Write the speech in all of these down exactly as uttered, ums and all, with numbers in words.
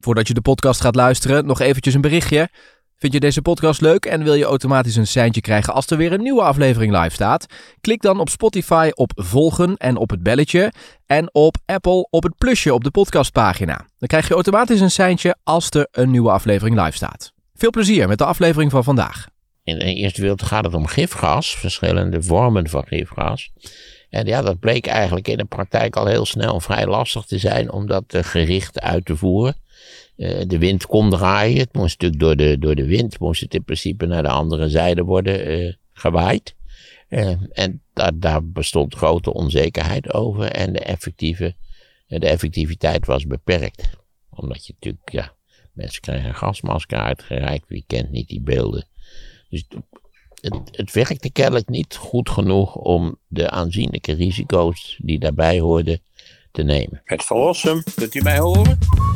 Voordat je de podcast gaat luisteren, nog eventjes een berichtje. Vind je deze podcast leuk en wil je automatisch een seintje krijgen als er weer een nieuwe aflevering live staat? Klik dan op Spotify op volgen en op het belletje en op Apple op het plusje op de podcastpagina. Dan krijg je automatisch een seintje als er een nieuwe aflevering live staat. Veel plezier met de aflevering van vandaag. In de eerste wereld gaat het om gifgas, verschillende vormen van gifgas. En ja, dat bleek eigenlijk in de praktijk al heel snel vrij lastig te zijn om dat uh, gericht uit te voeren. Uh, de wind kon draaien, het moest natuurlijk door de, door de wind, moest het in principe naar de andere zijde worden uh, gewaaid. Uh, en da- daar bestond grote onzekerheid over en de, effectieve, uh, de effectiviteit was beperkt. Omdat je natuurlijk, ja, mensen krijgen een gasmasker uitgereikt, wie kent niet die beelden. Dus het, het werkte kennelijk niet goed genoeg om de aanzienlijke risico's die daarbij hoorden te nemen. Het verlossen, kunt u mij horen?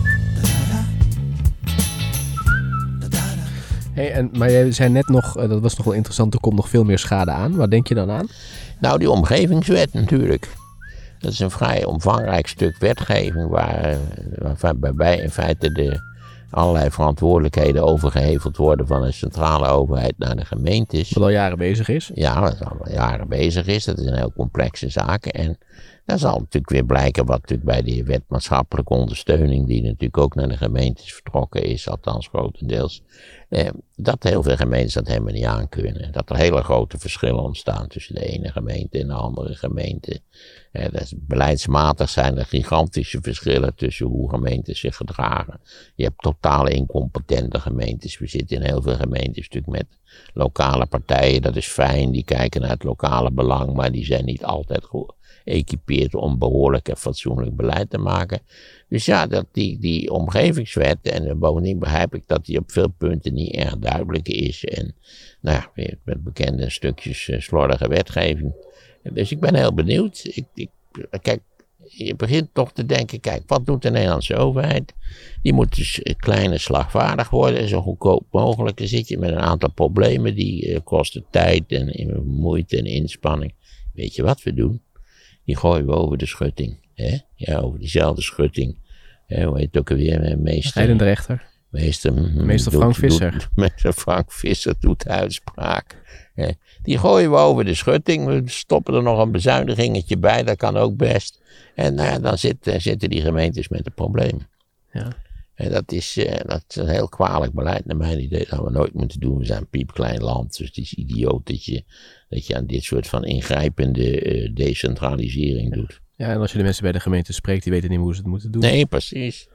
Hey, en, maar jij zei net nog, uh, dat was nog wel interessant, er komt nog veel meer schade aan. Waar denk je dan aan? Nou, die omgevingswet natuurlijk. Dat is een vrij omvangrijk stuk wetgeving waar, waar, waarbij in feite de allerlei verantwoordelijkheden overgeheveld worden van de centrale overheid naar de gemeentes. Wat al jaren bezig is. Ja, dat al jaren bezig is. Dat is een heel complexe zaak. En daar zal natuurlijk weer blijken wat natuurlijk bij die wet maatschappelijke ondersteuning, die natuurlijk ook naar de gemeentes vertrokken is, althans grotendeels, eh, dat heel veel gemeentes dat helemaal niet aankunnen. Dat er hele grote verschillen ontstaan tussen de ene gemeente en de andere gemeente. Eh, dat is, beleidsmatig zijn er gigantische verschillen tussen hoe gemeentes zich gedragen. Je hebt totale incompetente gemeentes. We zitten in heel veel gemeentes natuurlijk met lokale partijen. Dat is fijn, die kijken naar het lokale belang, maar die zijn niet altijd goed geëquipeerd om behoorlijk en fatsoenlijk beleid te maken. Dus ja, dat die, die omgevingswet, en bovendien begrijp ik dat die op veel punten niet erg duidelijk is. En nou ja, weer met bekende stukjes uh, slordige wetgeving. Dus ik ben heel benieuwd. Ik, ik, kijk, je begint toch te denken, kijk, wat doet de Nederlandse overheid? Die moet dus klein en slagvaardig worden, zo goedkoop mogelijk. Dan zit je met een aantal problemen, die uh, kosten tijd en moeite en inspanning. Weet je wat we doen? Die gooien we over de schutting. Hè? Ja, over diezelfde schutting. Hè, hoe heet het ook alweer? Meester, Rijdende rechter. Meester, meester Frank doet, Visser. Doet, meester Frank Visser doet de uitspraak. Hè? Die gooien we over de schutting. We stoppen er nog een bezuinigingetje bij. Dat kan ook best. En nou ja, dan zit, zitten die gemeentes met de problemen. Ja. En dat is, uh, dat is een heel kwalijk beleid naar mijn idee. Dat hadden we nooit moeten doen. We zijn een piepklein land. Dus het is idioot dat je, dat je aan dit soort van ingrijpende uh, decentralisering ja. doet. Ja, en als je de mensen bij de gemeente spreekt, die weten niet hoe ze het moeten doen. Nee, precies.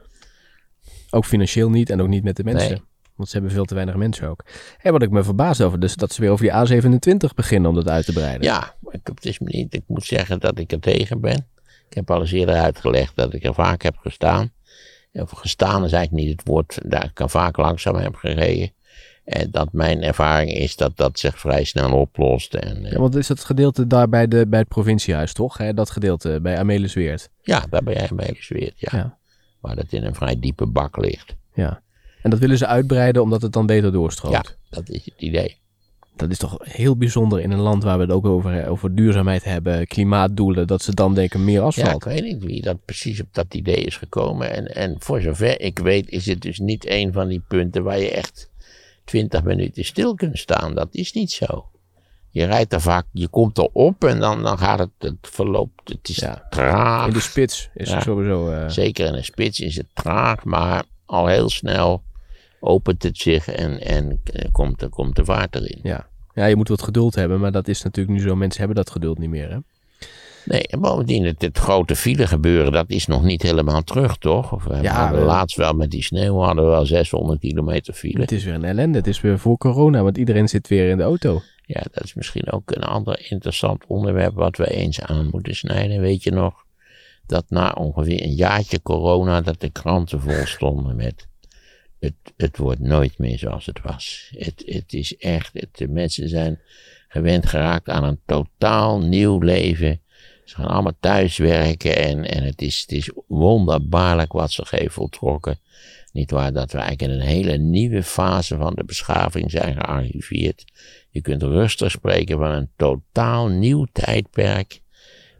Ook financieel niet en ook niet met de mensen. Nee. Want ze hebben veel te weinig mensen ook. En wat ik me verbaasd over, dus dat ze weer over die A zevenentwintig beginnen om dat uit te breiden. Ja, ik, het is niet, ik moet zeggen dat ik er tegen ben. Ik heb al eens eerder uitgelegd dat ik er vaak heb gestaan. Of gestaan is eigenlijk niet het woord, daar ik er vaak langzaam heb gereden. En dat mijn ervaring is dat dat zich vrij snel oplost. En, ja, want is dat gedeelte daar bij, de, bij het provinciehuis, toch? Hè? Dat gedeelte bij Amelisweert. Ja, daar bij Amelisweert, ja. ja. Waar dat in een vrij diepe bak ligt. Ja. En dat willen ze uitbreiden omdat het dan beter doorstroomt. Ja, dat is het idee. Dat is toch heel bijzonder in een land waar we het ook over, over duurzaamheid hebben, klimaatdoelen, dat ze dan denken meer asfalt. Ja, ik weet niet wie dat precies op dat idee is gekomen. En, en voor zover ik weet is het dus niet een van die punten waar je echt twintig minuten stil kunt staan. Dat is niet zo. Je rijdt er vaak, je komt erop en dan, dan gaat het, het verloopt, het is ja, traag. In de spits is ja, het sowieso... Uh... Zeker in de spits is het traag, maar al heel snel opent het zich en, en komt, er, komt de vaart erin. Ja. ja, je moet wat geduld hebben, maar dat is natuurlijk nu zo. Mensen hebben dat geduld niet meer, hè? Nee, en bovendien, het, het grote file gebeuren, dat is nog niet helemaal terug, toch? Of we ja, hadden we... laatst wel met die sneeuw, hadden we wel zeshonderd kilometer file. Het is weer een ellende, het is weer voor corona, want iedereen zit weer in de auto. Ja, dat is misschien ook een ander interessant onderwerp wat we eens aan moeten snijden. Weet je nog, dat na ongeveer een jaartje corona, dat de kranten vol stonden met... Het, het wordt nooit meer zoals het was. Het, het is echt, het, de mensen zijn gewend geraakt aan een totaal nieuw leven. Ze gaan allemaal thuiswerken en, en het, is, het is wonderbaarlijk wat zich heeft voltrokken. Niet waar dat we eigenlijk in een hele nieuwe fase van de beschaving zijn gearriveerd. Je kunt rustig spreken van een totaal nieuw tijdperk.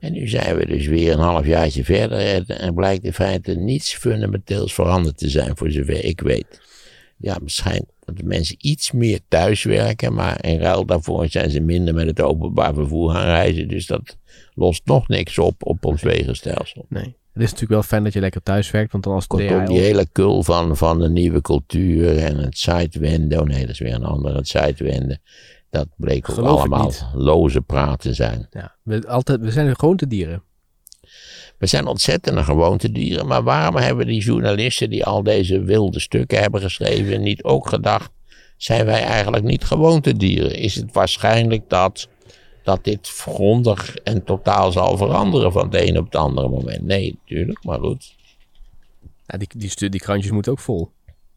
En nu zijn we dus weer een halfjaartje verder en, en blijkt in feite niets fundamenteels veranderd te zijn, voor zover ik weet. Ja, het schijnt dat de mensen iets meer thuiswerken, maar in ruil daarvoor zijn ze minder met het openbaar vervoer gaan reizen. Dus dat lost nog niks op op ons wegenstelsel. Nee. Het is natuurlijk wel fijn dat je lekker thuis werkt, want dan als het Kortom, die hele kul van, van de nieuwe cultuur en het Zeitwende, oh nee, dat is weer een ander, het Zeitwende. Dat bleek ook Geloof ik allemaal niet. loze praat te zijn. Ja, we, altijd, we zijn gewoontedieren. We zijn ontzettende gewoontedieren, maar waarom hebben die journalisten die al deze wilde stukken hebben geschreven niet ook gedacht, zijn wij eigenlijk niet gewoontedieren? Is het waarschijnlijk dat, dat dit grondig en totaal zal veranderen van het een op het andere moment? Nee, natuurlijk, maar goed. Ja, die, die, stu- die krantjes moeten ook vol.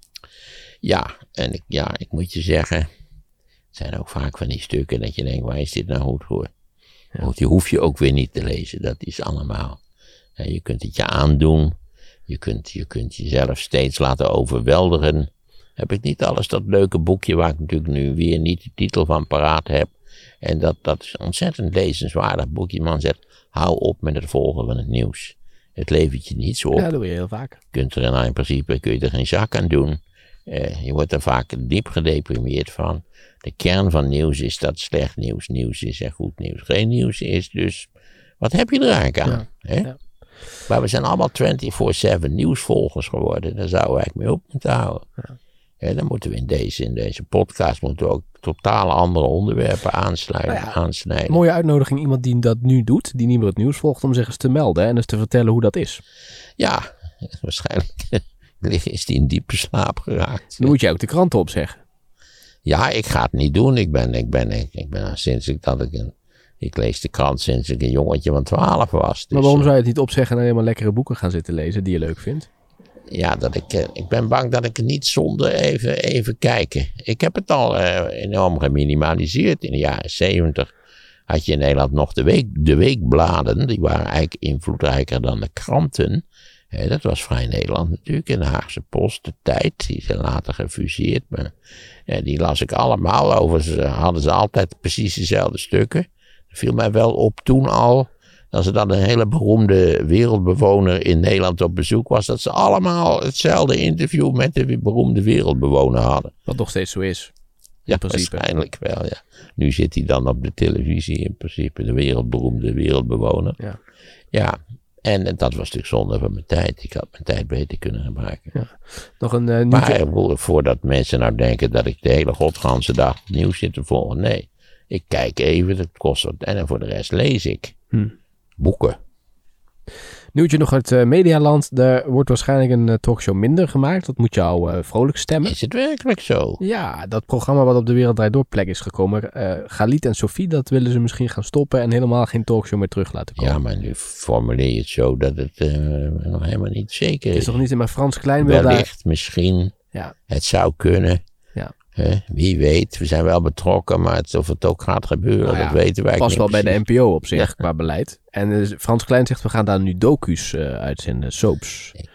Ja, en ik, ja, ik moet je zeggen, het zijn ook vaak van die stukken dat je denkt, waar is dit nou goed voor? Ja. Want die hoef je ook weer niet te lezen, dat is allemaal. Ja, je kunt het je aandoen, je kunt, je kunt jezelf steeds laten overweldigen. Heb ik niet alles dat leuke boekje waar ik natuurlijk nu weer niet de titel van paraat heb. En dat, dat is een ontzettend lezenswaardig boekje. Man zegt, hou op met het volgen van het nieuws. Het levert je niets op. Ja, dat doe je heel vaak. Je kunt er in principe kun je er geen zak aan doen. Uh, je wordt er vaak diep gedeprimeerd van. De kern van nieuws is dat slecht nieuws nieuws is en goed nieuws geen nieuws is. Dus wat heb je er eigenlijk aan? Ja, Hè? ja. Maar we zijn allemaal vierentwintig zeven nieuwsvolgers geworden. Daar zouden we eigenlijk mee op moeten houden. Ja. Ja, dan moeten we in deze, in deze podcast moeten we ook totale andere onderwerpen aansluiten, Nou ja, aansnijden. Mooie uitnodiging, iemand die dat nu doet, die niet meer het nieuws volgt, om zich eens te melden en eens te vertellen hoe dat is. Ja, waarschijnlijk is die in diepe slaap geraakt. Dan moet je ook de kranten opzeggen. Ja, ik ga het niet doen. Ik ben, ik ben, ik, ik ben sinds ik dat ik een, ik lees de krant sinds ik een jongetje van twaalf was. Dus, Maar waarom zou je het niet opzeggen en helemaal lekkere boeken gaan zitten lezen die je leuk vindt? Ja, dat ik, ik ben bang dat ik het niet zonder even, even kijken. Ik heb het al uh, enorm geminimaliseerd. In de jaren zeventig had je in Nederland nog de, week, de weekbladen. Die waren eigenlijk invloedrijker dan de kranten. He, dat was Vrij Nederland natuurlijk. En de Haagse Post, de Tijd. Die zijn later gefuseerd. Maar ja, die las ik allemaal. Overigens hadden ze altijd precies dezelfde stukken. Dat viel mij wel op toen al. Als er dan een hele beroemde wereldbewoner in Nederland op bezoek was, dat ze allemaal hetzelfde interview met de beroemde wereldbewoner hadden. Wat nog steeds zo is. Ja, principe. waarschijnlijk wel, ja. Nu zit hij dan op de televisie in principe, de wereldberoemde wereldbewoner. Ja. Ja, en, en dat was natuurlijk zonde van mijn tijd. Ik had mijn tijd beter kunnen gebruiken. Ja. Nog een uh, nieuwtje. Maar voordat mensen nou denken dat ik de hele godganse dag het nieuws zit te volgen, nee. Ik kijk even, dat kost wat, en voor de rest lees ik. Hm. Boeken. Nieuwtje nog uit uh, Medialand. Er wordt waarschijnlijk een uh, talkshow minder gemaakt. Dat moet jou uh, vrolijk stemmen. Is het werkelijk zo? Ja, dat programma wat op de Wereld Draait Door plek is gekomen. Uh, Galit en Sophie, dat willen ze misschien gaan stoppen en helemaal geen talkshow meer terug laten komen. Ja, maar nu formuleer je het zo dat het uh, nog helemaal niet zeker is. Het is toch niet in maar Frans Klein wil daar... Wellicht, misschien. Ja. Het zou kunnen. Ja. Hè? Wie weet, we zijn wel betrokken, maar het, of het ook gaat gebeuren, Nou ja, dat weten wij Past niet wel bij precies. de N P O op zich, Ja. qua beleid. En uh, Frans Klein zegt, we gaan daar nu docu's uh, uitzenden, soaps. Ik,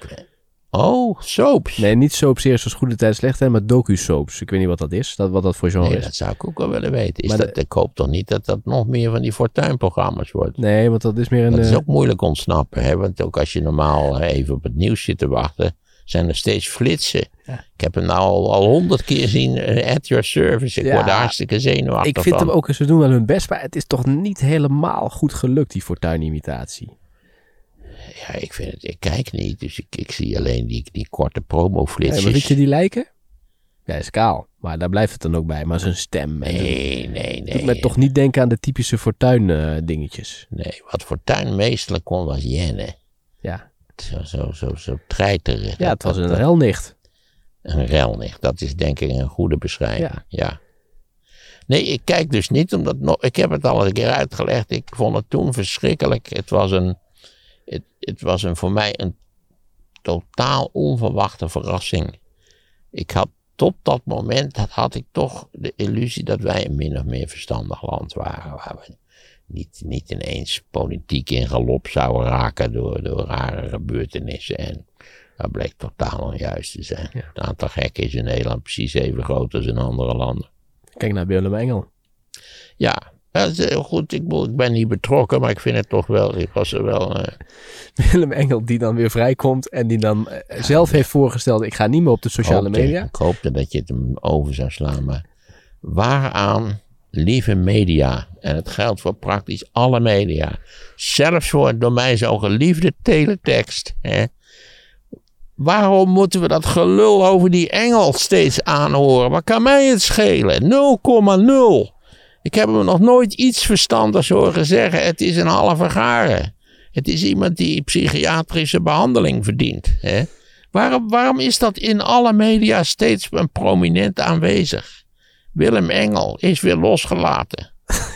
oh, soaps. Nee, niet soaps eerst als goede tijd slecht, hè, maar docu-soaps. Ik weet niet wat dat is, dat, wat dat voor genre Nee, is. dat zou ik ook wel willen weten. Is Maar dat, de- ik hoop toch niet dat dat nog meer van die fortuinprogramma's wordt. Nee, want dat is meer een... Dat is uh, ook moeilijk ontsnappen, hè? Want ook als je normaal even op het nieuws zit te wachten, zijn er steeds flitsen. Ja. Ik heb hem nou al al honderd keer zien, uh, at your service. Ik Ja. word er hartstikke zenuwachtig ik vind van. hem ook, ze doen wel hun best, maar het is toch niet helemaal goed gelukt, die fortuin-imitatie. Ja, ik vind het, ik kijk niet, dus ik, ik zie alleen die, die korte Ja, promo-flitsjes. maar vind je die lijken? Ja, hij is kaal, maar daar blijft het dan ook bij. Maar zijn stem en Nee, nee, doet nee. me toch niet denken aan de typische fortuin-dingetjes. Nee, wat Fortuyn meestelijk kon was jennen. Ja. Zo, zo, zo, zo treiteren. ja, het was Dat- een dat- relnicht. Een relnicht, dat is denk ik een goede beschrijving. Ja. Ja. Nee, ik kijk dus niet, omdat nog, ik heb het al eens een keer uitgelegd. Ik vond het toen verschrikkelijk. Het was een, het, het was een voor mij een totaal onverwachte verrassing. Ik had tot dat moment, dat had ik toch de illusie dat wij een min of meer verstandig land waren. Waar we niet, niet ineens politiek in galop zouden raken door, door rare gebeurtenissen. En dat bleek totaal onjuist te zijn. Ja. Het aantal gekken is in Nederland precies even groot als in andere landen. Kijk naar Willem Engel. Ja, Dat is heel goed, ik, ik ben niet betrokken, maar ik vind het toch wel, ik was er wel... Uh... Willem Engel die dan weer vrijkomt en die dan uh, zelf heeft voorgesteld, ik ga niet meer op de sociale hoopte, media. Ik hoopte dat je het hem over zou slaan, maar waaraan, lieve media, en het geldt voor praktisch alle media, zelfs voor door mij zo geliefde teletext, hè, waarom moeten we dat gelul over die Engel steeds aanhoren? Wat kan mij het schelen? nul komma nul. Ik heb hem nog nooit iets verstandigs horen zeggen. Het is een halve garen. Het is iemand die psychiatrische behandeling verdient. Hè? Waarom, waarom is dat in alle media steeds een prominent aanwezig? Willem Engel is weer losgelaten.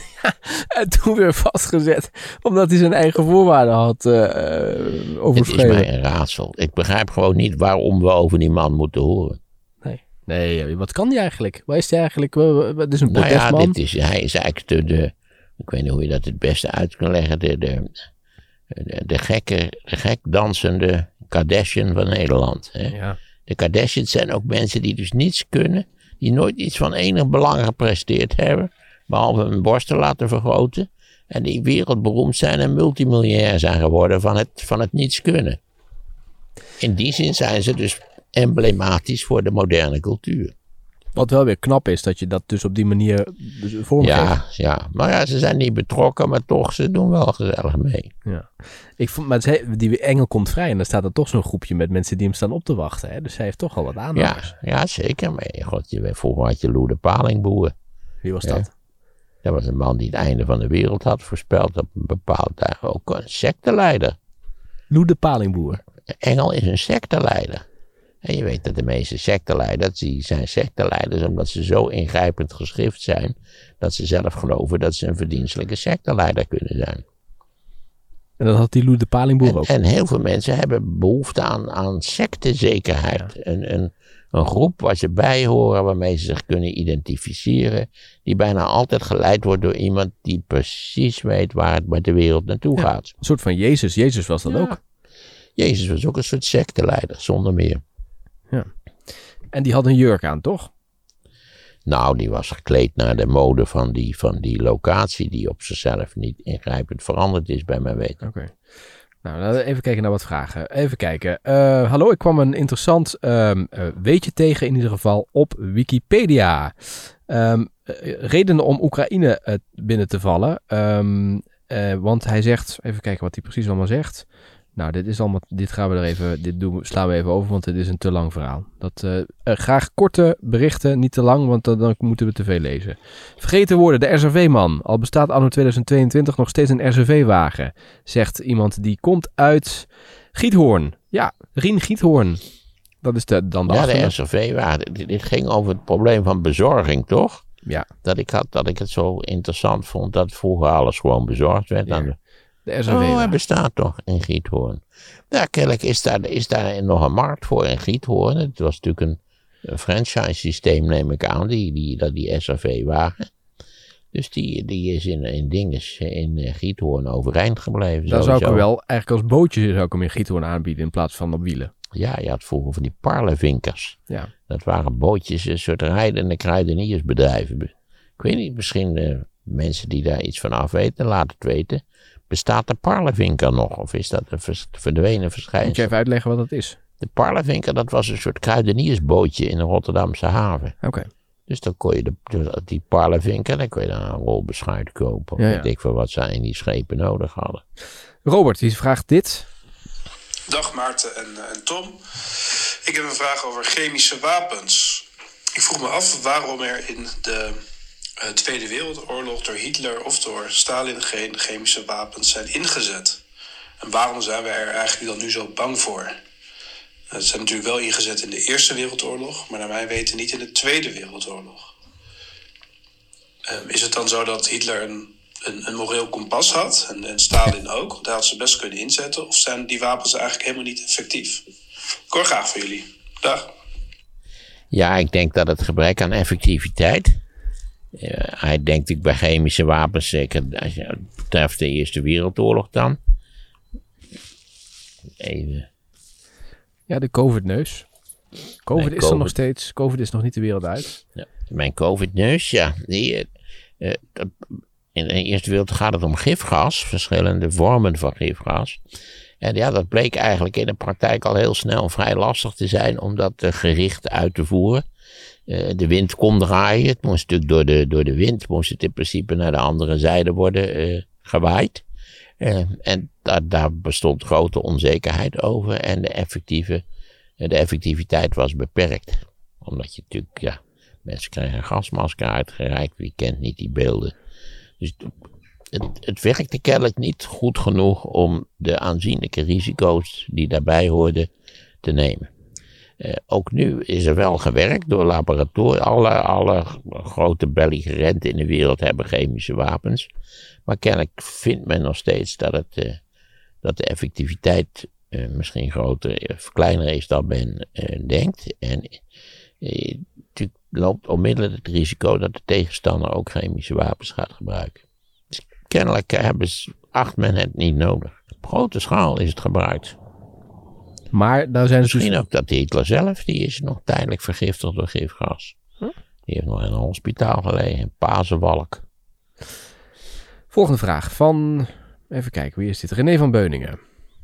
En toen weer vastgezet, omdat hij zijn eigen voorwaarden had uh, overschreven. Het is mij een raadsel. Ik begrijp gewoon niet waarom we over die man moeten horen. Nee, nee, wat kan die eigenlijk? Waar is hij eigenlijk? Wat is een protestman? Nou ja, dit is, hij is eigenlijk de, de, ik weet niet hoe je dat het beste uit kan leggen, de, de, de, de, gekke, de gek dansende Kardashian van Nederland. Hè? Ja. De Kardashians zijn ook mensen die dus niets kunnen, die nooit iets van enig belang gepresteerd hebben, behalve hun borsten laten vergroten. En die wereldberoemd zijn en multimiljonair zijn geworden van het, van het niets kunnen. In die zin zijn ze dus emblematisch voor de moderne cultuur. Wat wel weer knap is, dat je dat dus op die manier vormgeeft. Ja, ja, maar ja, ze zijn niet betrokken, maar toch, ze doen wel gezellig mee. Ja. Ik vond, maar die Engel komt vrij en dan staat er toch zo'n groepje met mensen die hem staan op te wachten. Hè? Dus hij heeft toch al wat aanhangers. Ja, ja, zeker. Maar god, je, vroeger had je Lou de Palingboer. Wie was ja. dat? Dat was een man die het einde van de wereld had voorspeld op een bepaald dag. Ook een secteleider. Lou de Palingboer. Engel is een secteleider. En je weet dat de meeste secteleiders, die zijn secteleiders omdat ze zo ingrijpend geschrift zijn, dat ze zelf geloven dat ze een verdienstelijke secteleider kunnen zijn. En dat had die Lou de Palingboer en, ook. En heel veel mensen hebben behoefte aan, aan sectezekerheid. Ja. Een, een, een groep waar ze bij horen, waarmee ze zich kunnen identificeren, die bijna altijd geleid wordt door iemand die precies weet waar het met de wereld naartoe ja, gaat. Een soort van Jezus. Jezus was dat ja. ook. Jezus was ook een soort secteleider, zonder meer. Ja. En die had een jurk aan, toch? Nou, die was gekleed naar de mode van die, van die locatie, die op zichzelf niet ingrijpend veranderd is, bij mijn weten. Oké. Okay. Nou, even kijken naar wat vragen. Even kijken. Uh, hallo, ik kwam een interessant um, uh, weetje tegen, in ieder geval, op Wikipedia. Um, uh, redenen om Oekraïne uh, binnen te vallen. Um, uh, want hij zegt, even kijken wat hij precies allemaal zegt. Nou, dit is allemaal, dit gaan we er even, dit doen, slaan we even over, want dit is een te lang verhaal. Dat, uh, uh, graag korte berichten, niet te lang, want uh, dan moeten we te veel lezen. Vergeten woorden, de R Z V-man. Al bestaat anno tweeduizend tweeëntwintig nog steeds een R Z V-wagen, zegt iemand die komt uit Giethoorn. Ja, Rien Giethoorn. Dat is de, dan de Ja, de R Z V-wagen. Dit, dit ging over het probleem van bezorging, toch? Ja. Dat ik, had, dat ik het zo interessant vond dat vroeger alles gewoon bezorgd werd ja. aan de... De R Z V. Oh, hij bestaat toch in Giethoorn. Ja, kennelijk is daar, is daar nog een markt voor in Giethoorn. Het was natuurlijk een, een franchise systeem, neem ik aan, die, die, dat die S R V-wagen. Dus die, die is in, in dinges in Giethoorn overeind gebleven. Daar zou ik hem wel, eigenlijk als bootje zou ik hem in Giethoorn aanbieden in plaats van op wielen. Ja, je had vroeger van die parlevinkers. Ja. Dat waren bootjes, een soort rijdende kruideniersbedrijven. Ik weet niet, misschien uh, mensen die daar iets van af weten, laat het weten. Bestaat de parlevinker nog? Of is dat een vers- verdwenen verschijnsel? Moet je even uitleggen wat dat is? De parlevinker, dat was een soort kruideniersbootje in de Rotterdamse haven. Oké. Okay. Dus dan kon je de, die parlevinker, dan kon je dan een rol beschuit kopen. Of ja, ja. weet ik veel wat zij in die schepen nodig hadden. Robert, die vraagt dit. Dag Maarten en, en Tom. Ik heb een vraag over chemische wapens. Ik vroeg me af waarom er in de uh, Tweede Wereldoorlog door Hitler of door Stalin geen chemische wapens zijn ingezet. En waarom zijn we er eigenlijk dan nu zo bang voor? Uh, ze zijn natuurlijk wel ingezet in de Eerste Wereldoorlog, maar naar mijn weten niet in de Tweede Wereldoorlog. Uh, is het dan zo dat Hitler een, een, een moreel kompas had en, en Stalin ook? Want hij had ze best kunnen inzetten. Of zijn die wapens eigenlijk helemaal niet effectief? Ik hoor graag van jullie. Dag. Ja, ik denk dat het gebrek aan effectiviteit. Uh, hij denkt ik bij chemische wapens, zeker als je het betreft de Eerste Wereldoorlog dan. Even. Ja, de COVID-neus. COVID Mijn is COVID. er nog steeds. COVID is nog niet de wereld uit. Ja, mijn COVID-neus, ja. Die, uh, uh, dat, in de Eerste Wereldoorlog gaat het om gifgas, verschillende vormen van gifgas. En ja, dat bleek eigenlijk in de praktijk al heel snel vrij lastig te zijn om dat uh, gericht uit te voeren. Uh, de wind kon draaien, het moest natuurlijk door de, door de wind, moest het in principe naar de andere zijde worden uh, gewaaid. Uh, en da- daar bestond grote onzekerheid over en de, effectieve, uh, de effectiviteit was beperkt. Omdat je natuurlijk, ja, mensen krijgen een gasmasker uitgereikt, wie kent niet die beelden. Dus het, het werkte kennelijk niet goed genoeg om de aanzienlijke risico's die daarbij hoorden te nemen. Uh, ook nu is er wel gewerkt door laboratoria. Alle, alle grote belligerenten in de wereld hebben chemische wapens. Maar kennelijk vindt men nog steeds dat, het, uh, dat de effectiviteit uh, misschien groter of kleiner is dan men uh, denkt. En uh, natuurlijk loopt onmiddellijk het risico dat de tegenstander ook chemische wapens gaat gebruiken. Dus kennelijk hebben ze, acht men het niet nodig. Op grote schaal is het gebruikt. Maar daar zijn ze Misschien dus... ook dat Hitler zelf, die is nog tijdelijk vergiftigd door gifgas. Huh? Die heeft nog in een hospitaal gelegen, in Pazenwalk. Volgende vraag van, even kijken, wie is dit? René van Beuningen.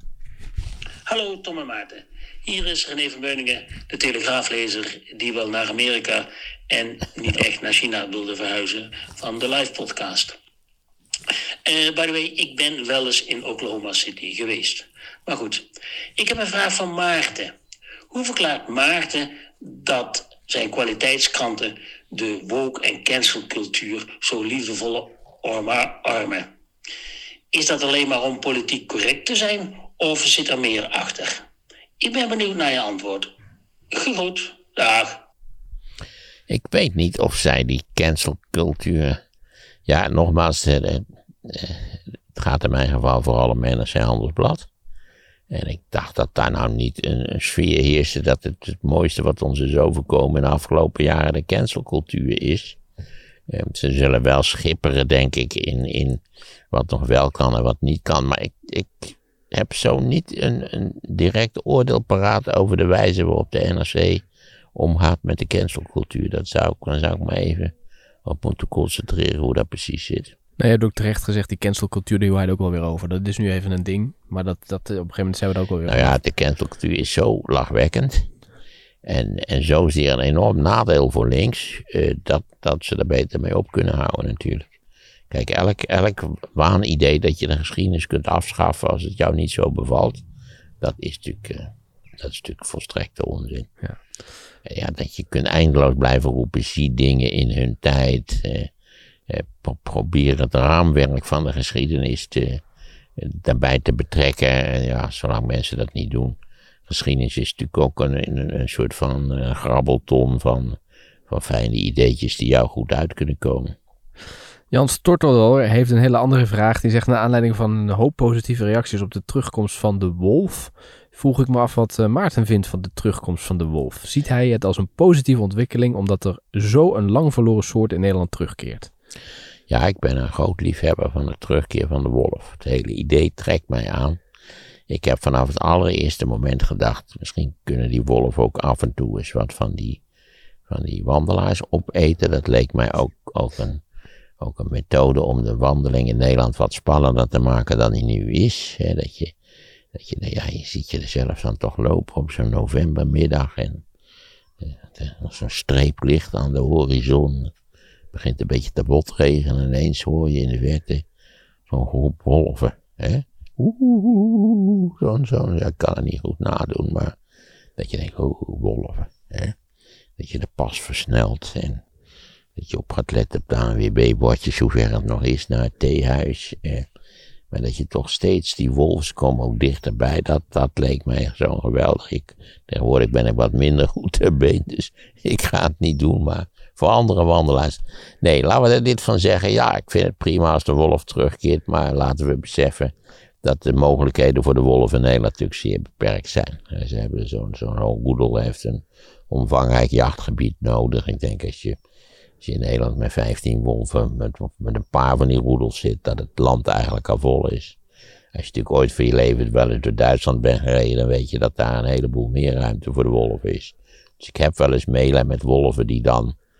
Hallo Tom en Maarten. Hier is René van Beuningen, de telegraaflezer die wel naar Amerika en niet echt naar China wilde verhuizen van de live podcast. Uh, by the way, ik ben wel eens in Oklahoma City geweest. Maar goed, ik heb een vraag van Maarten. Hoe verklaart Maarten dat zijn kwaliteitskranten de woke- en cancelcultuur zo liefdevolle omarmen? Is dat alleen maar om politiek correct te zijn of zit er meer achter? Ik ben benieuwd naar je antwoord. Groet, dag. Ik weet niet of zij die cancelcultuur... Ja, nogmaals, het, het, het gaat in mijn geval vooral om N R C Handelsblad. En ik dacht dat daar nou niet een, een sfeer heerste, dat het het mooiste wat ons is overkomen in de afgelopen jaren de cancelcultuur is. Um, ze zullen wel schipperen, denk ik, in, in wat nog wel kan en wat niet kan. Maar ik, ik heb zo niet een, een direct oordeel paraat over de wijze waarop de N R C omgaat met de cancelcultuur. Dat zou ik, dan zou ik me even op moeten concentreren hoe dat precies zit. Nou, je hebt ook terecht gezegd, die cancelcultuur, die hoorde ook wel weer over. Dat is nu even een ding, maar dat, dat, op een gegeven moment zijn we er ook wel weer Nou over. ja, de cancelcultuur is zo lachwekkend. En, en zozeer een enorm nadeel voor links, uh, dat, dat ze er beter mee op kunnen houden natuurlijk. Kijk, elk, elk waanidee dat je de geschiedenis kunt afschaffen als het jou niet zo bevalt, dat is natuurlijk, uh, dat is natuurlijk volstrekte onzin. Ja. Ja, dat je kunt eindeloos blijven roepen, zie dingen in hun tijd. Eh, eh, pro- probeer het raamwerk van de geschiedenis te, eh, daarbij te betrekken. En ja, zolang mensen dat niet doen. Geschiedenis is natuurlijk ook een, een, een soort van uh, grabbelton van, van fijne ideetjes die jou goed uit kunnen komen. Jan Stortel heeft een hele andere vraag. Die zegt, naar aanleiding van een hoop positieve reacties op de terugkomst van de wolf, vroeg ik me af wat uh, Maarten vindt van de terugkomst van de wolf. Ziet hij het als een positieve ontwikkeling omdat er zo een lang verloren soort in Nederland terugkeert? Ja, ik ben een groot liefhebber van de terugkeer van de wolf. Het hele idee trekt mij aan. Ik heb vanaf het allereerste moment gedacht, misschien kunnen die wolven ook af en toe eens wat van die, van die wandelaars opeten. Dat leek mij ook, ook, een, ook een methode om de wandeling in Nederland wat spannender te maken dan die nu is. Hè, dat je, dat je, ja, je ziet je er zelf dan toch lopen op zo'n novembermiddag en uh, zo'n streep licht aan de horizon. Het begint een beetje te botregenen en ineens hoor je in de verte zo'n groep wolven. Hè? Oeh, zo'n, zo'n, ja, ik kan het niet goed nadoen, maar dat je denkt, oh, wolven. Hè? Dat je de pas versnelt en dat je op gaat letten op de A N W B-bordjes, zover het nog is, naar het theehuis. Eh, maar dat je toch steeds, die wolven komen ook dichterbij, dat, dat leek mij zo geweldig. Ik, tegenwoordig ben ik wat minder goed ter been, dus ik ga het niet doen, maar voor andere wandelaars. Nee, laten we er dit van zeggen. Ja, ik vind het prima als de wolf terugkeert, maar laten we beseffen dat de mogelijkheden voor de wolf in Nederland natuurlijk zeer beperkt zijn. Ze hebben zo'n, zo'n roedel heeft een omvangrijk jachtgebied nodig. Ik denk als je, als je in Nederland met vijftien wolven, met, met een paar van die roedels zit, dat het land eigenlijk al vol is. Als je natuurlijk ooit voor je leven wel eens door Duitsland bent gereden, dan weet je dat daar een heleboel meer ruimte voor de wolf is. Dus ik heb wel eens mailen met wolven die dan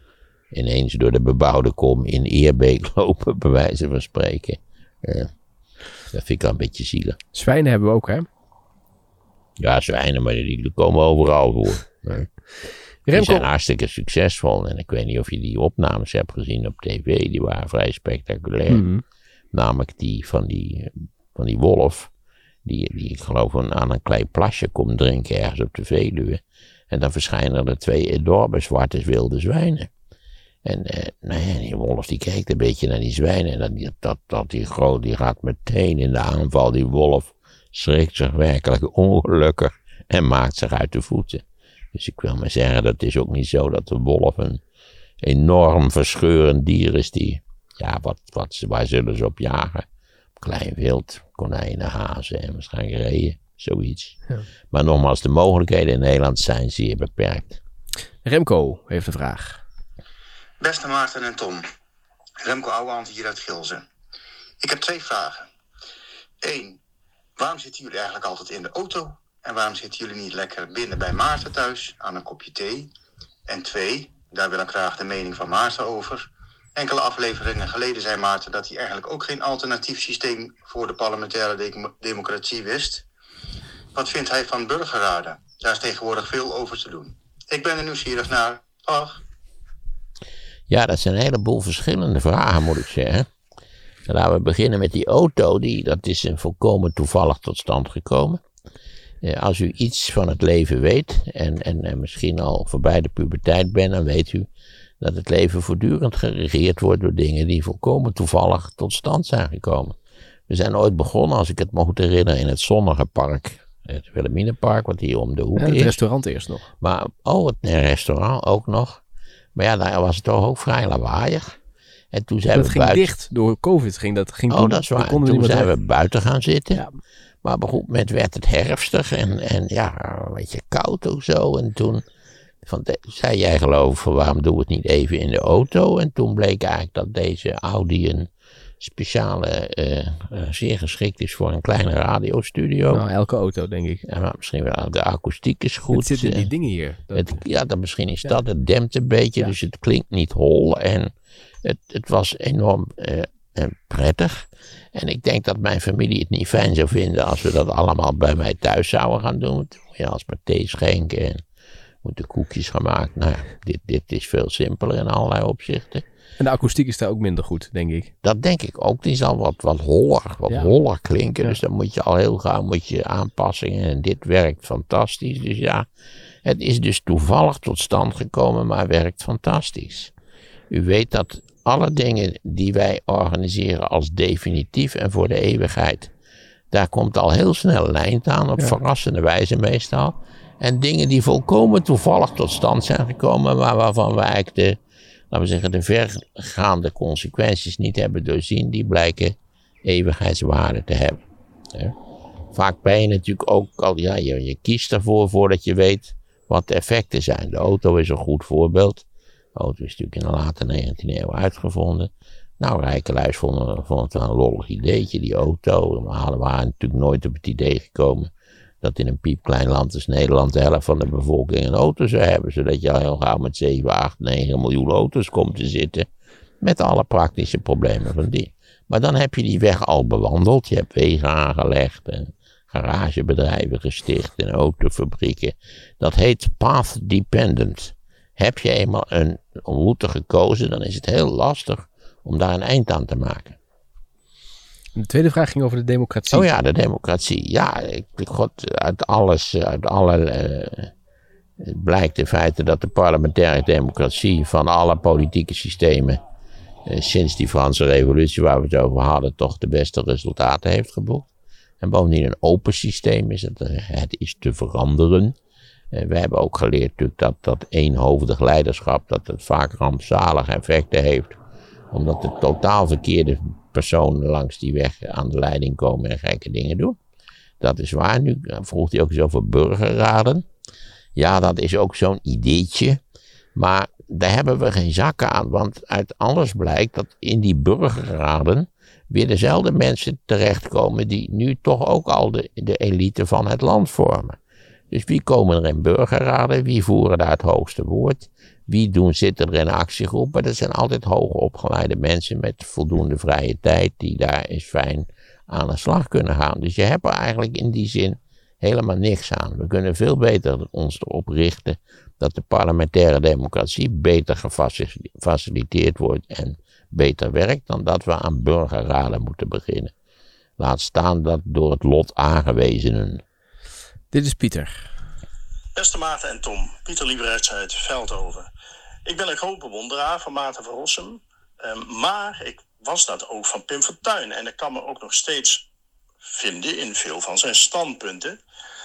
ineens door de bebouwde kom in Eerbeek lopen, bij wijze van spreken. Uh, dat vind ik al een beetje zielig. Zwijnen hebben we ook, hè? Ja, zwijnen, maar die, die komen overal voor. Uh, die zijn hartstikke succesvol. En ik weet niet of je die opnames hebt gezien op tv. Die waren vrij spectaculair. Mm-hmm. Namelijk die van die, van die wolf. Die, die ik geloof aan een klein plasje komt drinken ergens op de Veluwe. En dan verschijnen er twee enorme zwarte wilde zwijnen. En uh, nou ja, die wolf die kijkt een beetje naar die zwijnen. En dat, dat, dat die groot, die gaat meteen in de aanval. Die wolf schrikt zich werkelijk ongelukkig en maakt zich uit de voeten. Dus ik wil maar zeggen, dat is ook niet zo dat de wolf een enorm verscheurend dier is. Die, ja, wat, wat, waar zullen ze op jagen? Klein wild, konijnen, hazen en waarschijnlijk reeën, zoiets. Ja. Maar nogmaals, de mogelijkheden in Nederland zijn zeer beperkt. Remco heeft een vraag. Beste Maarten en Tom, Remco Ouwehand hier uit Gilze. Ik heb twee vragen. Eén, waarom zitten jullie eigenlijk altijd in de auto? En waarom zitten jullie niet lekker binnen bij Maarten thuis aan een kopje thee? En twee, daar wil ik graag de mening van Maarten over. Enkele afleveringen geleden zei Maarten dat hij eigenlijk ook geen alternatief systeem voor de parlementaire de- democratie wist. Wat vindt hij van burgerraden? Daar is tegenwoordig veel over te doen. Ik ben er nieuwsgierig naar. Dag. Ja, dat zijn een heleboel verschillende vragen, moet ik zeggen. Laten we beginnen met die auto. Die, dat is een volkomen toevallig tot stand gekomen. Als u iets van het leven weet, en, en, en misschien al voorbij de puberteit bent, dan weet u dat het leven voortdurend geregeerd wordt door dingen die volkomen toevallig tot stand zijn gekomen. We zijn ooit begonnen, als ik het me goed herinner, in het zonnige park. Het Wilhelminapark, wat hier om de hoek ja, het is. Het restaurant eerst nog. Maar, oh, het restaurant ook nog. Maar ja, daar was het toch ook vrij lawaaiig. En toen zijn dat we ging buiten... dicht, door COVID ging dat. Ging oh, toen, dat is waar. Toen, toen zijn we buiten gaan zitten. Ja. Maar op een goed moment werd het herfstig en, en ja, een beetje koud ook zo. En toen van de, zei jij geloof ik van waarom doen we het niet even in de auto? En toen bleek eigenlijk dat deze Audi een speciale, uh, uh, zeer geschikt is voor een kleine radiostudio. Nou, elke auto denk ik. Ja, maar misschien wel, de akoestiek is goed. Het zitten die dingen hier. Dat... Het, ja, dan misschien is dat, het dempt een beetje, ja. Dus het klinkt niet hol. En het, het was enorm uh, uh, prettig. En ik denk dat mijn familie het niet fijn zou vinden als we dat allemaal bij mij thuis zouden gaan doen. Dan moet je alsmaar thee schenken en moeten koekjes gaan maken. Nou, dit, dit is veel simpeler in allerlei opzichten. En de akoestiek is daar ook minder goed, denk ik. Dat denk ik ook. Die zal wat, wat holler, wat ja. holler klinken. Ja. Dus dan moet je al heel gauw moet je aanpassingen. En dit werkt fantastisch. Dus ja, het is dus toevallig tot stand gekomen, maar werkt fantastisch. U weet dat alle dingen die wij organiseren als definitief en voor de eeuwigheid, daar komt al heel snel een eind aan, op ja. verrassende wijze meestal. En dingen die volkomen toevallig tot stand zijn gekomen, maar waarvan we eigenlijk de, laten we zeggen, de vergaande consequenties niet hebben doorzien, die blijken eeuwigheidswaarde te hebben. Ja. Vaak ben je natuurlijk ook al, ja, je, je kiest ervoor voordat je weet wat de effecten zijn. De auto is een goed voorbeeld. De auto is natuurlijk in de late negentiende eeuw uitgevonden. Nou, rijkelui vonden, vonden het wel een lollig ideetje, die auto. We waren natuurlijk nooit op het idee gekomen dat in een piepklein land als Nederland de helft van de bevolking een auto zou hebben. Zodat je al heel gauw met zeven, acht, negen miljoen auto's komt te zitten. Met alle praktische problemen van die. Maar dan heb je die weg al bewandeld. Je hebt wegen aangelegd en garagebedrijven gesticht en autofabrieken. Dat heet path dependent. Heb je eenmaal een route gekozen, dan is het heel lastig om daar een eind aan te maken. De tweede vraag ging over de democratie. Oh ja, de democratie. Ja, ik, God, uit alles, uit alle, uh, blijkt in feite dat de parlementaire democratie van alle politieke systemen uh, sinds die Franse revolutie waar we het over hadden, toch de beste resultaten heeft geboekt. En bovendien een open systeem is het, uh, het is te veranderen. Uh, we hebben ook geleerd natuurlijk dat, dat eenhoofdig leiderschap, dat het vaak rampzalige effecten heeft. Omdat de totaal verkeerde personen langs die weg aan de leiding komen en gekke dingen doen. Dat is waar. Nu vroeg hij ook eens over burgerraden. Ja, dat is ook zo'n ideetje. Maar daar hebben we geen zak aan. Want uit alles blijkt dat in die burgerraden weer dezelfde mensen terechtkomen die nu toch ook al de, de elite van het land vormen. Dus wie komen er in burgerraden? Wie voeren daar het hoogste woord? Wie doen, zitten er in actiegroepen? Dat zijn altijd hoogopgeleide mensen met voldoende vrije tijd die daar eens fijn aan de slag kunnen gaan. Dus je hebt er eigenlijk in die zin helemaal niks aan. We kunnen veel beter ons erop richten dat de parlementaire democratie beter gefaciliteerd wordt en beter werkt dan dat we aan burgerraden moeten beginnen. Laat staan dat door het lot aangewezenen. Dit is Pieter. Beste Maarten en Tom, Pieter Lieberets uit Veldhoven. Ik ben een groot bewonderaar van Maarten van Rossum, eh, maar ik was dat ook van Pim Fortuyn en ik kan me ook nog steeds vinden in veel van zijn standpunten.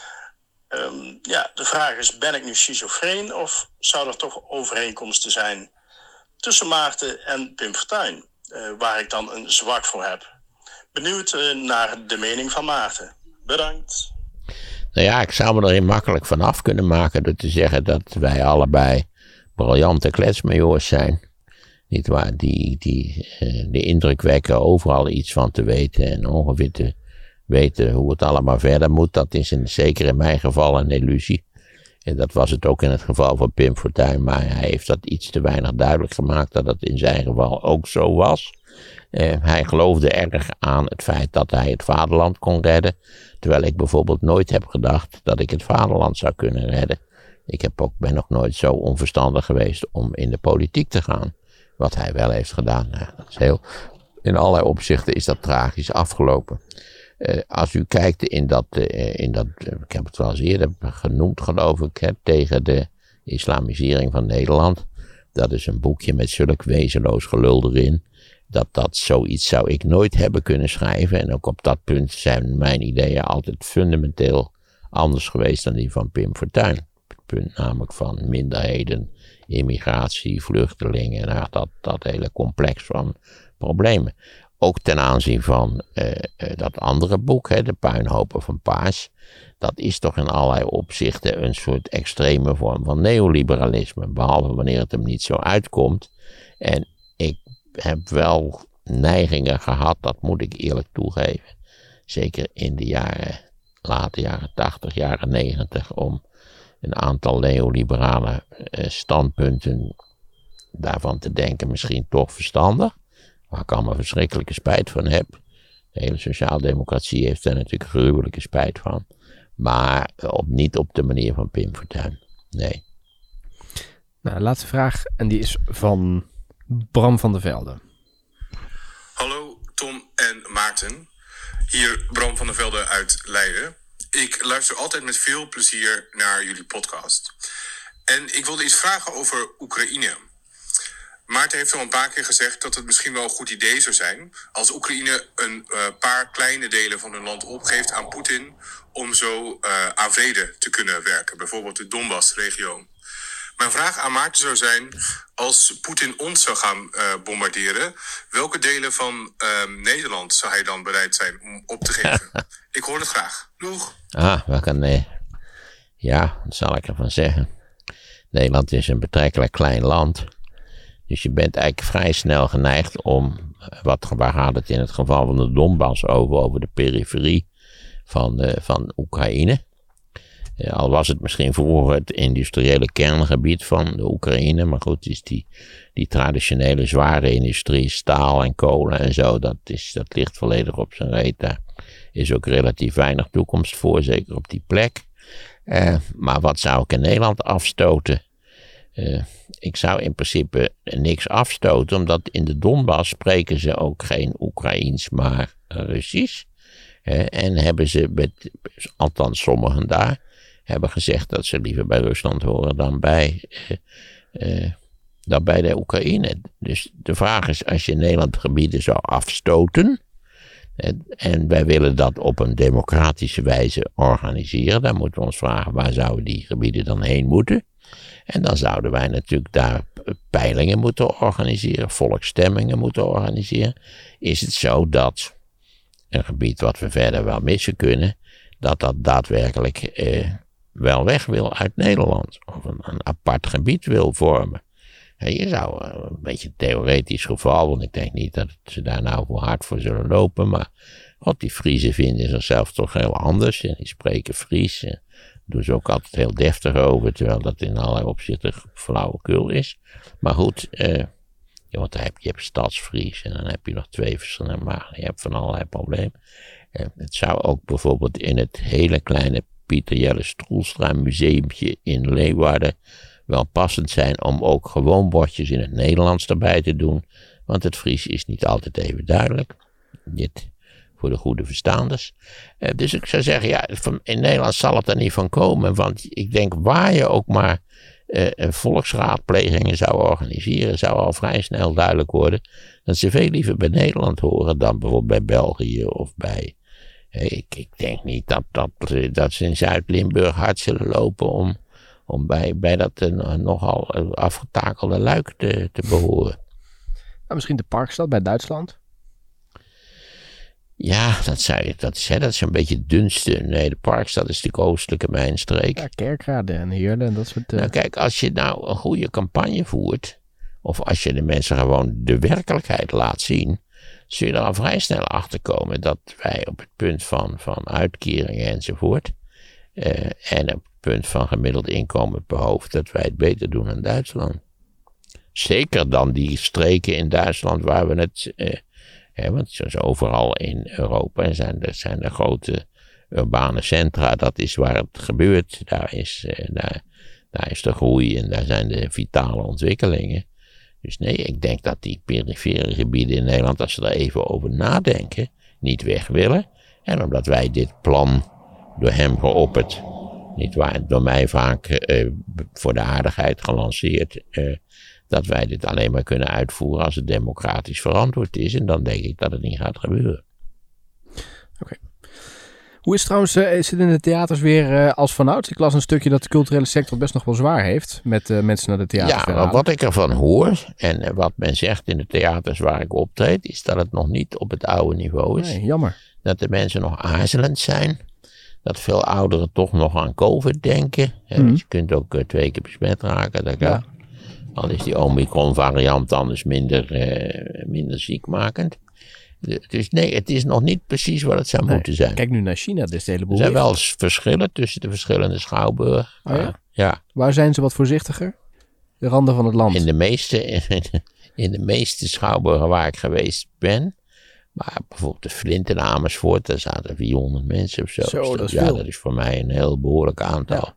Um, ja, de vraag is, ben ik nu schizofreen of zou er toch overeenkomsten zijn tussen Maarten en Pim Fortuyn, uh, waar ik dan een zwak voor heb. Benieuwd uh, naar de mening van Maarten. Bedankt. Nou ja, ik zou me er makkelijk van af kunnen maken door te zeggen dat wij allebei briljante kletsmajoors zijn. Niet waar, die, die uh, de indruk wekken overal iets van te weten en ongeveer te weten hoe het allemaal verder moet. Dat is in, zeker in mijn geval een illusie. En dat was het ook in het geval van Pim Fortuyn, maar hij heeft dat iets te weinig duidelijk gemaakt dat het in zijn geval ook zo was. Uh, hij geloofde erg aan het feit dat hij het vaderland kon redden, terwijl ik bijvoorbeeld nooit heb gedacht dat ik het vaderland zou kunnen redden. Ik heb ook, ben nog nooit zo onverstandig geweest om in de politiek te gaan. Wat hij wel heeft gedaan, nou, dat is heel, in allerlei opzichten is dat tragisch afgelopen. Uh, als u kijkt in dat, uh, in dat uh, ik heb het wel eens eerder genoemd geloof ik, hè, tegen de islamisering van Nederland. Dat is een boekje met zulk wezenloos gelul erin. Dat dat zoiets zou ik nooit hebben kunnen schrijven. En ook op dat punt zijn mijn ideeën altijd fundamenteel anders geweest dan die van Pim Fortuyn. Het punt namelijk van minderheden, immigratie, vluchtelingen, nou, dat, dat hele complex van problemen. Ook ten aanzien van uh, uh, dat andere boek, hè, De Puinhopen van Paas. Dat is toch in allerlei opzichten een soort extreme vorm van neoliberalisme. Behalve wanneer het hem niet zo uitkomt. En ik heb wel neigingen gehad, dat moet ik eerlijk toegeven. Zeker in de jaren, late jaren tachtig, jaren negentig. Om een aantal neoliberale uh, standpunten daarvan te denken misschien toch verstandig. Waar ik allemaal verschrikkelijke spijt van heb. De hele sociaaldemocratie heeft daar natuurlijk gruwelijke spijt van. Maar op, niet op de manier van Pim Fortuyn. Nee. Nou, laatste vraag. En die is van Bram van der Velde. Hallo Tom en Maarten. Hier Bram van der Velde uit Leiden. Ik luister altijd met veel plezier naar jullie podcast. En ik wilde iets vragen over Oekraïne. Maarten heeft al een paar keer gezegd dat het misschien wel een goed idee zou zijn als Oekraïne een uh, paar kleine delen van hun land opgeeft aan Poetin om zo uh, aan vrede te kunnen werken. Bijvoorbeeld de Donbass-regio. Mijn vraag aan Maarten zou zijn, als Poetin ons zou gaan uh, bombarderen, welke delen van uh, Nederland zou hij dan bereid zijn om op te geven? Ik hoor het graag. Doeg! Ah, welke nee. Ja, wat zal ik ervan zeggen? Nederland is een betrekkelijk klein land. Dus je bent eigenlijk vrij snel geneigd om, wat, waar gaat het in het geval van de Donbass over, over de periferie van, de, van Oekraïne. Ja, al was het misschien vroeger het industriële kerngebied van de Oekraïne, maar goed, is die, die traditionele zware industrie, staal en kolen en zo, dat, is, dat ligt volledig op zijn reet. Daar is ook relatief weinig toekomst voor, zeker op die plek. Uh, maar wat zou ik in Nederland afstoten? Uh, ik zou in principe niks afstoten, omdat in de Donbass spreken ze ook geen Oekraïens, maar Russisch. Uh, en hebben ze, met, althans sommigen daar, hebben gezegd dat ze liever bij Rusland horen dan bij, uh, uh, dan bij de Oekraïne. Dus de vraag is, als je Nederland gebieden zou afstoten, en, en wij willen dat op een democratische wijze organiseren, dan moeten we ons vragen, waar zouden die gebieden dan heen moeten? En dan zouden wij natuurlijk daar peilingen moeten organiseren, volksstemmingen moeten organiseren. Is het zo dat een gebied wat we verder wel missen kunnen, dat dat daadwerkelijk eh, wel weg wil uit Nederland, of een, een apart gebied wil vormen? En je zou een beetje een theoretisch geval, want ik denk niet dat ze daar nou voor hard voor zullen lopen, maar God, die Friezen vinden zichzelf toch heel anders en die spreken Fries. En doen ze ook altijd heel deftig over, terwijl dat in allerlei opzichten flauwekul is. Maar goed, uh, ja, want dan heb je, je hebt stadsvries en dan heb je nog twee verschillende magen. Je hebt van allerlei problemen. Uh, het zou ook bijvoorbeeld in het hele kleine Pieter Jelle Stroelstra museumpje in Leeuwarden wel passend zijn om ook gewoon bordjes in het Nederlands erbij te doen. Want het Fries is niet altijd even duidelijk. Dit voor de goede verstaanders. Uh, dus ik zou zeggen, ja, in Nederland zal het er niet van komen. Want ik denk waar je ook maar uh, volksraadplegingen zou organiseren, zou al vrij snel duidelijk worden dat ze veel liever bij Nederland horen dan bijvoorbeeld bij België of bij... Uh, ik, ik denk niet dat, dat, dat ze in Zuid-Limburg hard zullen lopen om, om bij, bij dat uh, nogal afgetakelde Luik te, te behoren. Nou, misschien de Parkstad bij Duitsland? Ja, dat, zei, dat, is, hè, dat is een beetje dunste. Nee, de Parkstad is de oostelijke mijnstreek. Ja, Kerkrade en Heerlen en dat soort... Uh... Nou kijk, als je nou een goede campagne voert, of als je de mensen gewoon de werkelijkheid laat zien, zul je er al vrij snel achter komen dat wij op het punt van, van uitkeringen enzovoort, uh, en op het punt van gemiddeld inkomen per hoofd, dat wij het beter doen dan Duitsland. Zeker dan die streken in Duitsland waar we het... Uh, He, want zoals overal in Europa zijn er, zijn er grote urbane centra, dat is waar het gebeurt. Daar is, uh, daar, daar is de groei en daar zijn de vitale ontwikkelingen. Dus nee, ik denk dat die perifere gebieden in Nederland, als ze er even over nadenken, niet weg willen. En omdat wij dit plan door hem geopperd, niet waar, door mij vaak uh, voor de aardigheid gelanceerd, uh, dat wij dit alleen maar kunnen uitvoeren als het democratisch verantwoord is. En dan denk ik dat het niet gaat gebeuren. Oké. Okay. Hoe is het trouwens, uh, is het in de theaters weer uh, als vanouds? Ik las een stukje dat de culturele sector best nog wel zwaar heeft met uh, mensen naar de theaters. Ja, maar wat ik ervan hoor en uh, wat men zegt in de theaters waar ik optreed, is dat het nog niet op het oude niveau is. Nee, jammer. Dat de mensen nog aarzelend zijn. Dat veel ouderen toch nog aan COVID denken. Mm. Dus je kunt ook uh, twee keer besmet raken. Dat ja. Al is die Omicron variant anders minder, uh, minder ziekmakend. Dus nee, het is nog niet precies wat het zou nee, moeten zijn. Kijk nu naar China, dat is de hele boel. Er zijn wel verschillen tussen de verschillende schouwburgen. Oh ja? ja? Waar zijn ze wat voorzichtiger? De randen van het land. In de meeste, in de, in de meeste schouwburgen waar ik geweest ben. Maar bijvoorbeeld de Flint in Amersfoort, daar zaten vierhonderd mensen of zo. Zo, dus dat is ja, veel. Dat is voor mij een heel behoorlijk aantal. Ja.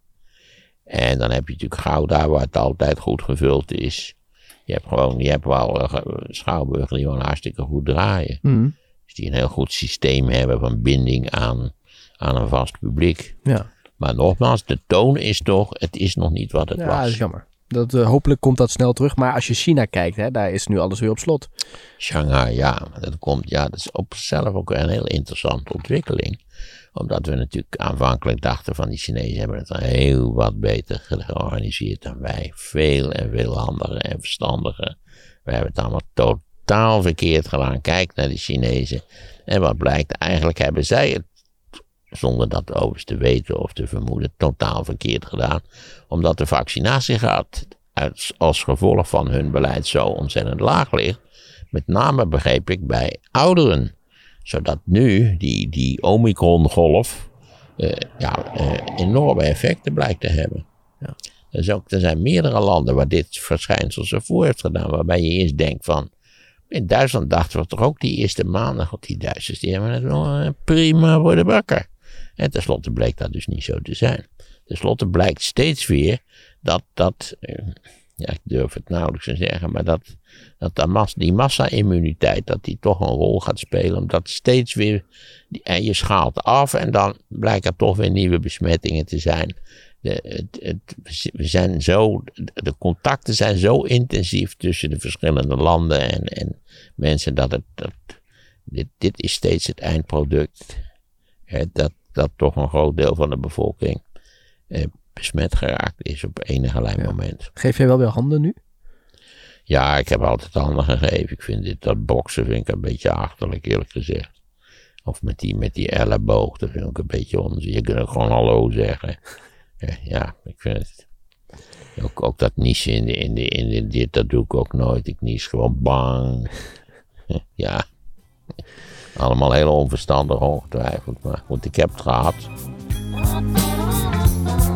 En dan heb je natuurlijk Gouda, waar het altijd goed gevuld is. Je hebt gewoon, je hebt wel uh, schouwburgen die gewoon hartstikke goed draaien. Mm. Dus die een heel goed systeem hebben van binding aan, aan een vast publiek. Ja. Maar nogmaals, de toon is toch, het is nog niet wat het ja, was. Ja, dat is jammer. Dat, uh, hopelijk komt dat snel terug. Maar als je China kijkt, hè, daar is nu alles weer op slot. Shanghai, ja. Dat, komt, ja, dat is op zichzelf ook een heel interessante ontwikkeling. Omdat we natuurlijk aanvankelijk dachten van die Chinezen hebben het heel wat beter georganiseerd dan wij. Veel en veel handiger en verstandiger. We hebben het allemaal totaal verkeerd gedaan. Kijk naar de Chinezen. En wat blijkt, eigenlijk hebben zij het, zonder dat overigens te weten of te vermoeden, totaal verkeerd gedaan. Omdat de vaccinatiegraad als gevolg van hun beleid zo ontzettend laag ligt. Met name begreep ik bij ouderen. Zodat nu die, die Omicron-golf uh, ja, uh, enorme effecten blijkt te hebben. Ja. Dus ook, er zijn meerdere landen waar dit verschijnsel zo voor heeft gedaan. Waarbij je eerst denkt van, in Duitsland dachten we toch ook die eerste maanden, god die Duitsers die hebben het wel uh, prima voor de bakker. En tenslotte bleek dat dus niet zo te zijn. Ten slotte blijkt steeds weer dat, dat uh, ja, ik durf het nauwelijks te zeggen, maar dat, dat de mas, die massa-immuniteit, dat die toch een rol gaat spelen, omdat steeds weer, die, en je schaalt af en dan blijken er toch weer nieuwe besmettingen te zijn. De, het, het, we zijn zo, de contacten zijn zo intensief tussen de verschillende landen en, en mensen, dat het, dat, dit, dit is steeds het eindproduct, hè, dat, dat toch een groot deel van de bevolking eh, besmet geraakt is op enigerlei ja. moment. Geef jij wel weer handen nu? Ja, ik heb altijd handen gegeven. Ik vind dit, dat boksen vind ik een beetje achterlijk, eerlijk gezegd. Of met die, met die elleboog, dat vind ik een beetje onzin. Je kunt ook gewoon hallo zeggen. Ja, ik vind het. Ook, ook dat niezen in de, in de, in de, dit, dat doe ik ook nooit. Ik nies gewoon bang. Ja. Allemaal heel onverstandig, ongetwijfeld. Maar goed, ik heb het gehad.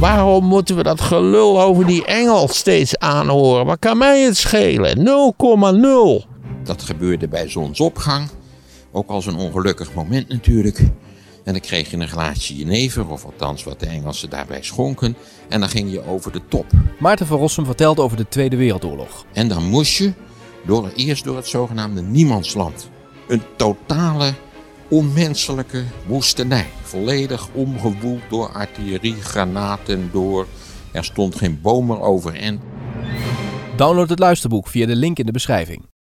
Waarom moeten we dat gelul over die engel steeds aanhoren? Wat kan mij het schelen? nul komma nul. Dat gebeurde bij zonsopgang. Ook als een ongelukkig moment natuurlijk. En dan kreeg je een glaasje jenever, of althans wat de Engelsen daarbij schonken. En dan ging je over de top. Maarten van Rossum vertelt over de Tweede Wereldoorlog. En dan moest je door, eerst door het zogenaamde niemandsland. Een totale, onmenselijke woestenij. Volledig omgewoeld door artillerie, granaten, door... Er stond geen boom meer overeind. Download het luisterboek via de link in de beschrijving.